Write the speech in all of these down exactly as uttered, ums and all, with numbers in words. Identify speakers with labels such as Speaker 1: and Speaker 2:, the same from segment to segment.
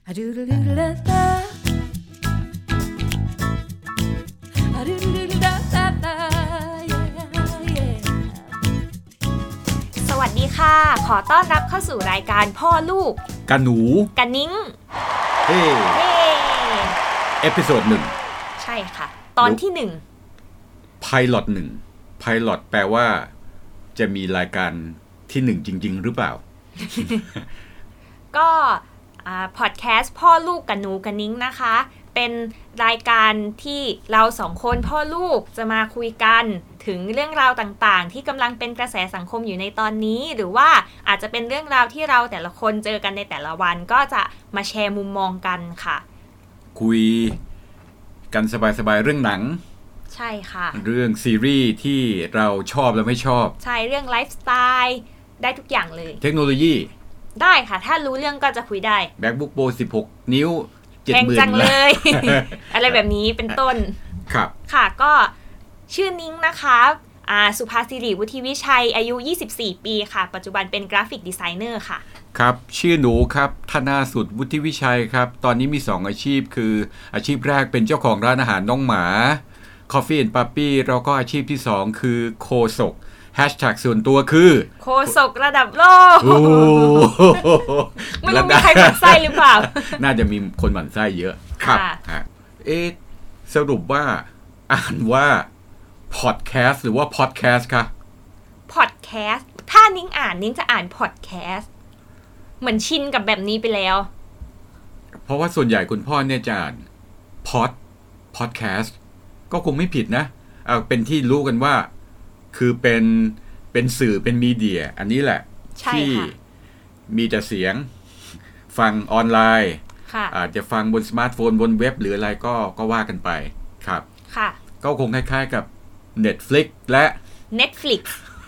Speaker 1: สวัสดีค่ะขอต้อนรับเข้าสู่รายการพ่อลูก
Speaker 2: กันหนู
Speaker 1: กันนิ้ง
Speaker 2: เฮ้เฮ้เอพิโซดหนึ่ง
Speaker 1: ใช่ค่ะตอนที่หนึ่ง
Speaker 2: ไพลอตหนึ่งไพลอตแปลว่าจะมีรายการที่หนึ่งจริงๆหรือเปล่า
Speaker 1: ก็พอดแคสต์พ่อลูกกันหนูกันนิ้งนะคะเป็นรายการที่เราสองคนพ่อลูกจะมาคุยกันถึงเรื่องราวต่างๆที่กำลังเป็นกระแสสังคมอยู่ในตอนนี้หรือว่าอาจจะเป็นเรื่องราวที่เราแต่ละคนเจอกันในแต่ละวันก็จะมาแชร์มุมมองกันค่ะ
Speaker 2: คุยกันสบายๆเรื่องหนัง
Speaker 1: ใช่ค่ะ
Speaker 2: เรื่องซีรีส์ที่เราชอบและไม่ชอบ
Speaker 1: ใช่เรื่องไลฟ์สไตล์ได้ทุกอย่างเลย
Speaker 2: เทคโนโลยี
Speaker 1: ได้ค่ะถ้ารู้เรื่องก็จะคุยได้
Speaker 2: MacBook Pro สิบหกนิ้ว
Speaker 1: แพงจังเลย อะไรแบบนี้เป็นต้น
Speaker 2: ครับ
Speaker 1: ค่ะก็ชื่อนิ้งนะคะอ่าสุภาสิริวุฒิวิชัยอายุยี่สิบสี่ปีค่ะปัจจุบันเป็นกราฟิกดีไซเนอร์ค่ะ
Speaker 2: ครับชื่อหนูครับธนาสุดวุฒิวิชัยครับตอนนี้มีสองอาชีพคืออาชีพแรกเป็นเจ้าของร้านอาหารน้องหมา Coffee and Puppy แล้วก็อาชีพที่สองคือโคศกแฮชแท็กส่วนตัวคือ
Speaker 1: โคศกระดับโลกไม่รู้มีใครหมั่นไส้หรือเปล่า
Speaker 2: น่าจะมีคนหมั่นไส้เยอะครับเอ๊ะสรุปว่าอ่านว่าพอดแคสต์หรือว่าพอดแคสต์คะ
Speaker 1: พอดแคสต์ถ้านิ้งอ่านนิ้งจะอ่านพอดแคสต์เหมือนชินกับแบบนี้ไปแล้ว
Speaker 2: เพราะว่าส่วนใหญ่คุณพ่อเนี่ยจะอ่านพอดพอดแคสต์ก็คงไม่ผิดนะเออเป็นที่รู้กันว่าคือเป็นเป็นสื่อเป็นมีเดียอันนี้แหละที่มีแต่เสียงฟังออนไลน์อาจจะฟังบนสมาร์ทโฟนบนเว็บหรืออะไรก็ก็ว่ากันไปครับ
Speaker 1: ค่ะ
Speaker 2: ก็คงคล้ายๆกับ Netflix และ
Speaker 1: Netflix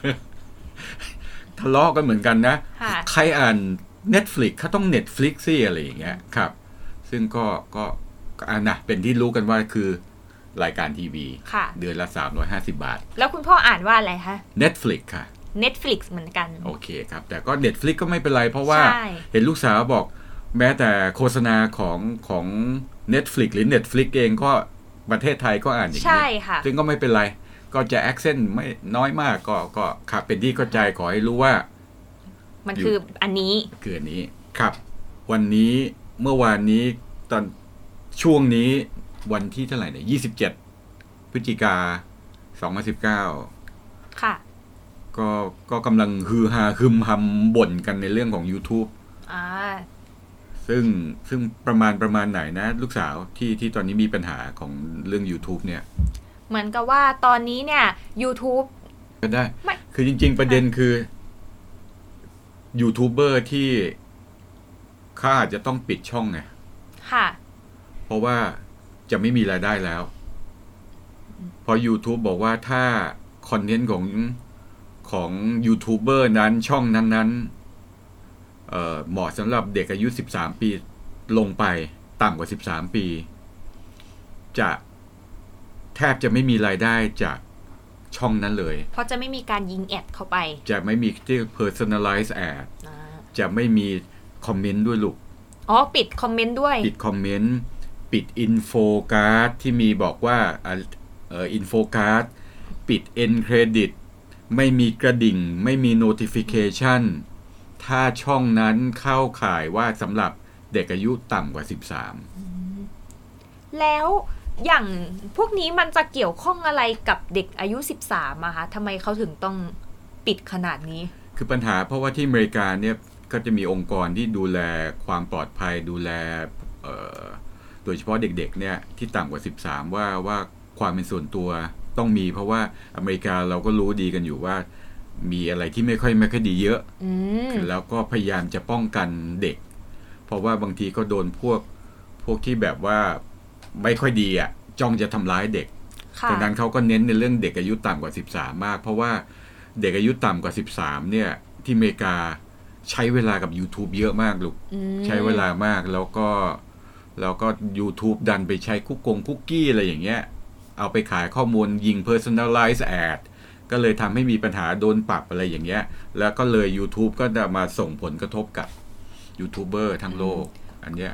Speaker 2: ทะเลาะกันเหมือนกันนะใครอ่าน Netflix เขาต้อง Netflix สิอะไรอย่างเงี้ยครับซึ่งก็ก็อ่านะเป็นที่รู้กันว่าคือรายการทีวีเดือนละสามร้อยห้าสิบบาท
Speaker 1: แล้วคุณพ่ออ่านว่าอะไรคะ
Speaker 2: Netflix ค่ะ
Speaker 1: Netflix เหมือนกัน
Speaker 2: โอเคครับแต่ก็ Netflix ก็ไม่เป็นไรเพราะว่าเห็นลูกสาวบอกแม้แต่โฆษณาของของ Netflix หรือ Netflix เองก็ประเทศไทยก็อ่านอย่างนี้ซึ่งก็ไม่เป็นไรก็จะ accent ไม่น้อยมากก็ก็ครับเป็นที่เข้าใจขอให้รู้ว่า
Speaker 1: มันคืออันนี้
Speaker 2: คืออันนี้ครับวันนี้เมื่อวานนี้ตอนช่วงนี้วันที่เท่าไหร่เนี่ยยี่สิบเจ็ดพฤศจิกายนสองพันสิบเก้า
Speaker 1: ค่ะ
Speaker 2: ก็ก็กำลังฮือฮาฮึมฮัมบ่นกันในเรื่องของ YouTube
Speaker 1: อ่า
Speaker 2: ซึ่งซึ่งประมาณประมาณไหนนะลูกสาวที่ที่ตอนนี้มีปัญหาของเรื่อง YouTube เนี่ย
Speaker 1: เหมือนกับว่าตอนนี้เนี่ย YouTube
Speaker 2: ก็ได้คือจริงๆประเด็นคือยูทูบเบอร์ที่เขาอาจจะต้องปิดช่องไง
Speaker 1: ค่ะ
Speaker 2: เพราะว่าจะไม่มีรายได้แล้วเพราะ YouTube บอกว่าถ้าคอนเทนต์ของของยูทูบเบอร์นั้นช่องนั้นๆเอ่อเหมาะสำหรับเด็กอายุสิบสามปีลงไปต่ำกว่าสิบสามปีจะแทบจะไม่มีรายได้จากช่องนั้นเลย
Speaker 1: เพราะจะไม่มีการยิงแอดเข้าไป
Speaker 2: จะไม่มีที่ personalize ad จะไม่มีคอมเมนต์ด้วยลูก
Speaker 1: อ๋อปิดคอมเมนต์ด้วย
Speaker 2: ปิดคอมเมนต์ปิดอินโฟการ์ดที่มีบอกว่าเอ่ออินโฟการ์ดปิดเอ็นเครดิตไม่มีกระดิ่งไม่มี notification ถ้าช่องนั้นเข้าข่ายว่าสำหรับเด็กอายุต่ำกว่าสิบสาม
Speaker 1: แล้วอย่างพวกนี้มันจะเกี่ยวข้องอะไรกับเด็กอายุสิบสามอะคะทำไมเขาถึงต้องปิดขนาดนี้
Speaker 2: คือปัญหาเพราะว่าที่อเมริกาเนี่ยก็จะมีองค์กรที่ดูแลความปลอดภัยดูแลเอ่อโดยเฉพาะเด็กๆเนี่ยที่ต่ำกว่าสิบสามว่าว่าความเป็นส่วนตัวต้องมีเพราะว่าอเมริกาเราก็รู้ดีกันอยู่ว่ามีอะไรที่ไม่ค่อยไม่ค่อยดีเยอะแล้วก็พยายามจะป้องกันเด็กเพราะว่าบางทีก็โดนพวกพวกที่แบบว่าไม่ค่อยดีอ่ะจ้องจะทำร้ายเด็กดังนั้นเขาก็เน้นในเรื่องเด็กอายุต่ำกว่าสิบสามมากเพราะว่าเด็กอายุต่ำกว่าสิบสามเนี่ยที่อเมริกาใช้เวลากับ YouTube เยอะมากลูกใช้เวลามากแล้วก็แล้วก็ YouTube ดันไปใช้คุกกงคุกกี้อะไรอย่างเงี้ยเอาไปขายข้อมูลยิง personalize ad ก็เลยทำให้มีปัญหาโดนปรับอะไรอย่างเงี้ยแล้วก็เลย YouTube ก็จะมาส่งผลกระทบกับยูทูบเบอร์ทั้งโลกอันเนี้ย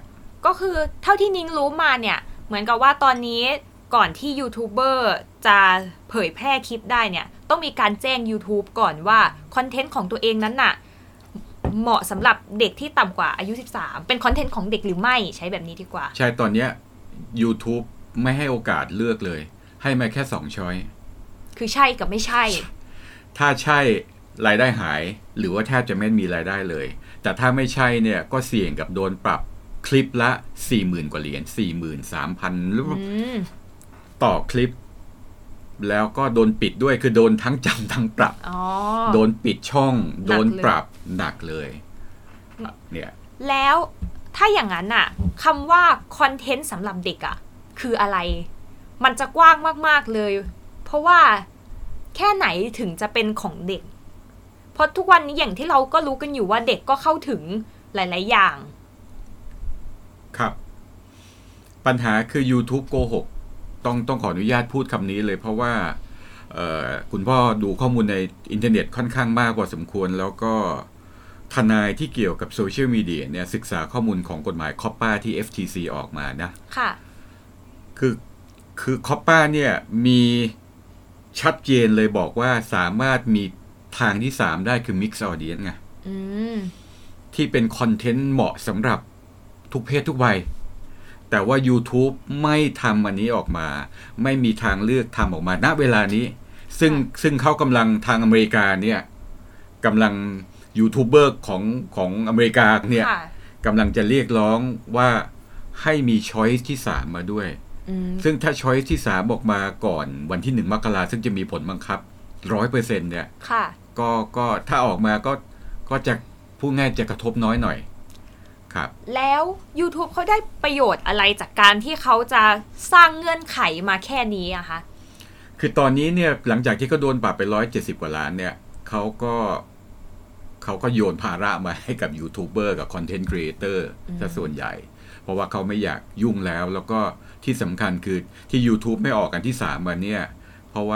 Speaker 1: ก็คือเท่าที่นิ้งรู้มาเนี่ยเหมือนกับว่าตอนนี้ก่อนที่ยูทูบเบอร์จะเผยแพร่คลิปได้เนี่ยต้องมีการแจ้ง YouTube ก่อนว่าคอนเทนต์ของตัวเองนั้นน่ะเหมาะสำหรับเด็กที่ต่ำกว่าอายุสิบสามเป็นคอนเทนต์ของเด็กหรือไม่ใช้แบบนี้ดีกว่า
Speaker 2: ใช่ตอนเนี้ย YouTube ไม่ให้โอกาสเลือกเลยให้มาแค่สองช้อย
Speaker 1: คือใช่กับไม่ใช่
Speaker 2: ถ้าใช่รายได้หายหรือว่าแทบจะไม่มีรายได้เลยแต่ถ้าไม่ใช่เนี่ยก็เสี่ยงกับโดนปรับคลิปละ สี่หมื่น กว่าเหรียญ สี่หมื่นสามพัน หรือต่อคลิปแล้วก็โดนปิดด้วยคือโดนทั้งจำทั้งปรับโดนปิดช่องโดนปรับหนักเลยเนี่ย
Speaker 1: แล้วถ้าอย่างนั้นน่ะคำว่าคอนเทนต์สำหรับเด็กอ่ะคืออะไรมันจะกว้างมากๆเลยเพราะว่าแค่ไหนถึงจะเป็นของเด็กเพราะทุกวันนี้อย่างที่เราก็รู้กันอยู่ว่าเด็กก็เข้าถึงหลายๆอย่าง
Speaker 2: ครับปัญหาคือ YouTube โกหกต้องต้องขออนุญาตพูดคำนี้เลยเพราะว่าคุณพ่อดูข้อมูลในอินเทอร์เน็ตค่อนข้างมากกว่าสมควรแล้วก็ทนายที่เกี่ยวกับโซเชียลมีเดียเนี่ยศึกษาข้อมูลของกฎหมายคอปป้าที่ เอฟ ที ซี ออกมานะ
Speaker 1: ค่ะ
Speaker 2: คือคือคอปป้าเนี่ยมีชัดเจนเลยบอกว่าสามารถมีทางที่สามได้คือ Mix Audience ไงที่เป็นคอนเทนต์เหมาะสำหรับทุกเพศทุกวัยแต่ว่า YouTube ไม่ทำอันนี้ออกมาไม่มีทางเลือกทำออกมาณเวลานี้ซึ่งซึ่งเขากำลังทางอเมริกาเนี่ยกำลังยูทูบเบอร์ของของอเมริกาเนี่ยกำลังจะเรียกร้องว่าให้มีช้อยส์ที่สามมาด้วยซึ่งถ้าช้อยส์ที่สามออกมาก่อนวันที่หนึ่งมกราคมซึ่งจะมีผลบังคับ ร้อยเปอร์เซ็นต์ เนี่ยก็ก็ถ้าออกมาก็ก็จะพูดง่ายจะกระทบน้อยหน่อยครับ
Speaker 1: แล้ว YouTube เขาได้ประโยชน์อะไรจากการที่เขาจะสร้างเงื่อนไขมาแค่นี้อะคะ
Speaker 2: คือตอนนี้เนี่ยหลังจากที่เขาโดนปรับไปหนึ่งร้อยเจ็ดสิบกว่าล้านเนี่ยเขาก็เขาก็โยนภาระมาให้กับยูทูบเบอร์กับคอนเทนต์ครีเอเตอร์ซะส่วนใหญ่เพราะว่าเขาไม่อยากยุ่งแล้วแล้วก็ที่สำคัญคือที่ YouTube ไม่ออกกันที่สามวันเนี่ยเพราะว่า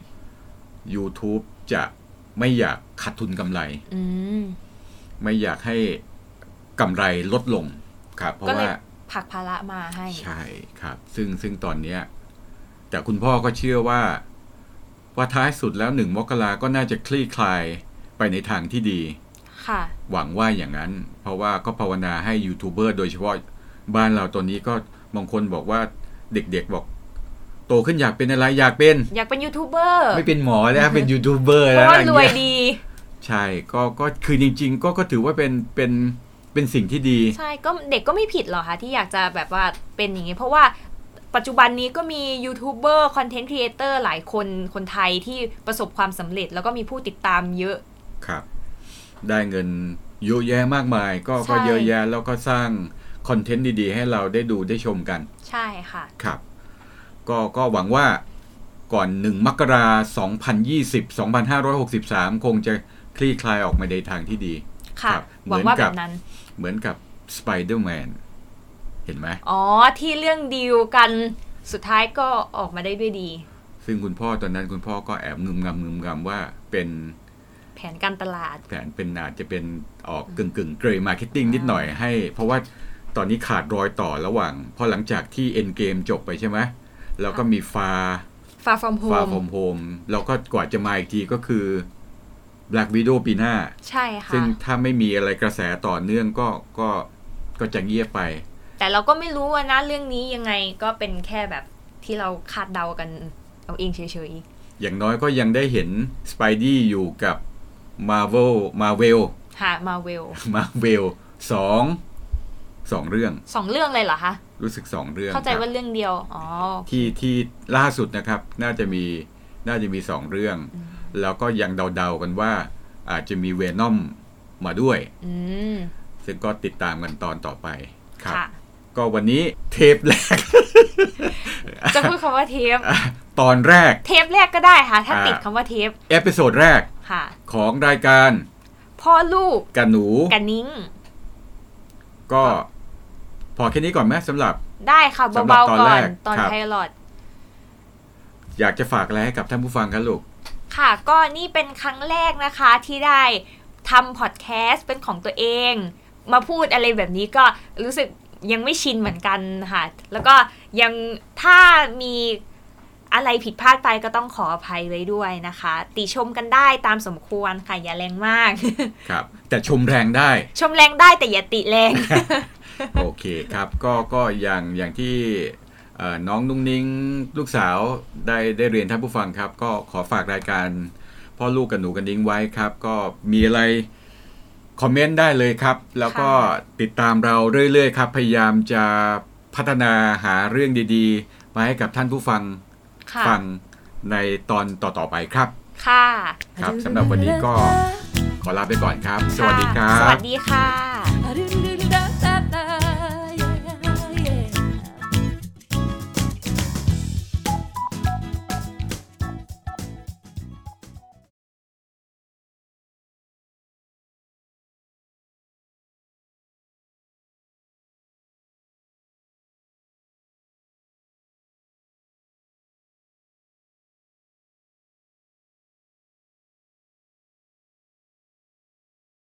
Speaker 2: YouTube จะไม่อยากขาดทุนกำไรไม่อยากให้กำไรลดลงครับเพราะว่า
Speaker 1: ผลักภาระมาให้
Speaker 2: ใช่ครับซึ่งซึ่งตอนนี้แต่คุณพ่อก็เชื่อว่าว่าท้ายสุดแล้วหนึ่งมกราก็น่าจะคลี่คลายไปในทางที่ดี
Speaker 1: ค่ะ
Speaker 2: หวังว่าอย่างนั้นเพราะว่าก็ภาวนาให้ยูทูบเบอร์โดยเฉพาะบ้านเราตอนนี้ก็บางคนบอกว่าเด็กๆบอกโตขึ้นอยากเป็นอะไรอยากเป็น
Speaker 1: อยากเป็นยูทูบเบอร์
Speaker 2: ไม่เป็นหมอแล้วเป็นยูทูบเบอร์
Speaker 1: แล้วเพราะว่ารวยดี
Speaker 2: ใช่ก็ก็คือจริงๆก็ก็ถือว่าเป็นเป็นเป็นสิ่งที่ดี
Speaker 1: ใช่ก็เด็กก็ไม่ผิดหรอกค่ะที่อยากจะแบบว่าเป็นอย่างนี้เพราะว่าปัจจุบันนี้ก็มียูทูบเบอร์คอนเทนต์ครีเอเตอร์หลายคนคนไทยที่ประสบความสำเร็จแล้วก็มีผู้ติดตามเยอะ
Speaker 2: ครับได้เงินเยอะแยะมากมายก็ก็เยอะแยะแล้วก็สร้างคอนเทนต์ดีๆให้เราได้ดูได้ชมกัน
Speaker 1: ใช่ค่ะ
Speaker 2: ครับก็ก็หวังว่าก่อนหนึ่งมกราคมสองพันยี่สิบ สองพันห้าร้อยหกสิบสามคงจะคลี่คลายออกมาในทางที่ดี
Speaker 1: ค่ะหวังว่าแบบนั้น
Speaker 2: เหมือนกับสไปเดอร์แมนเห็นไหม
Speaker 1: อ๋อที่เรื่องดีลกันสุดท้ายก็ออกมาได้ด้วยดี
Speaker 2: ซึ่งคุณพ่อตอนนั้นคุณพ่อก็แอบงึมงำงึมงำว่าเป็น
Speaker 1: แผนการตลาด
Speaker 2: แผนเป็นอาจจะเป็นออกกึ่งกึ่งเกรย์มาร์เก็ตติ้งนิดหน่อยให้เพราะว่าตอนนี้ขาดรอยต่อระหว่างพอหลังจากที่เอ็นเกมจบไปใช่ไหมแล้วก็มีฟา
Speaker 1: ฟาฟอร์มโฮม
Speaker 2: ฟาฟอร์มโฮมแล้วก็กว่าจะมาอีกทีก็คือ Black Widow ปีหน้า
Speaker 1: ใช่ค่ะ
Speaker 2: ซึ่งถ้าไม่มีอะไรกระแสต่อเนื่องก็ก็ก็จะเงียบไป
Speaker 1: แต่เราก็ไม่รู้ว่านะเรื่องนี้ยังไงก็เป็นแค่แบบที่เราคาดเดากันเอาเองเฉย
Speaker 2: ๆอย่างน้อยก็ยังได้เห็นสไปดี้อยู่กับ Marvel Marvel
Speaker 1: ค่ะ Marvel
Speaker 2: Marvel สองสองเรื่อง
Speaker 1: สองเรื่องเลยเหรอคะ
Speaker 2: รู้สึกสองเรื่อง
Speaker 1: เข้าใจว่าเรื่องเดียวอ๋อ
Speaker 2: ที่ที่ล่าสุดนะครับน่าจะมีน่าจะมีสองเรื่องแล้วก็ยังเดาๆกันว่าอาจจะมี Venom มาด้วยซึ่งก็ติดตามกันตอนต่อไปครับก็วันนี้เทปแรก
Speaker 1: จะพูดคำว่าเทป
Speaker 2: ตอนแรก
Speaker 1: เทปแรกก็ได้ค่ะถ้าติดคำว่าเทป
Speaker 2: เอพิโซดแรกของรายการ
Speaker 1: พ่อลูก
Speaker 2: กับหนู
Speaker 1: กับนิ้ง
Speaker 2: ก็พอแค่นี้ก่อนไหมสำหรับ
Speaker 1: ได้ค่ะเบาๆก่อนตอนไพลอต
Speaker 2: อยากจะฝากอะไรให้กับท่านผู้ฟังกันลูก
Speaker 1: ค่ะก็นี่เป็นครั้งแรกนะคะที่ได้ทำพอดแคสต์เป็นของตัวเองมาพูดอะไรแบบนี้ก็รู้สึกยังไม่ชินเหมือนกันค่ะแล้วก็ยังถ้ามีอะไรผิดพลาดไปก็ต้องขออภัยไว้ด้วยนะคะติชมกันได้ตามสมควรค่ะอย่าแรงมาก
Speaker 2: ครับแต่ชมแรงได้
Speaker 1: ชมแรงได้แต่อย่าติแรง
Speaker 2: โอเคครับก็ก็อย่างอย่างที่น้องนุ้งนิ้งลูกสาวได้ได้เรียนท่านผู้ฟังครับก็ขอฝากรายการพ่อลูกกับหนูกันนิ้งไว้ครับก็มีอะไรคอมเมนต์ได้เลยครับแล้วก็ติดตามเราเรื่อยๆครับพยายามจะพัฒนาหาเรื่องดีๆมาให้กับท่านผู้ฟังฟังในตอนต่อๆไปครับ
Speaker 1: ค่ะ
Speaker 2: ครับสำหรับวันนี้ก็ขอลาไปก่อนครับสวัสดีครับ
Speaker 1: สวัสดีค่ะ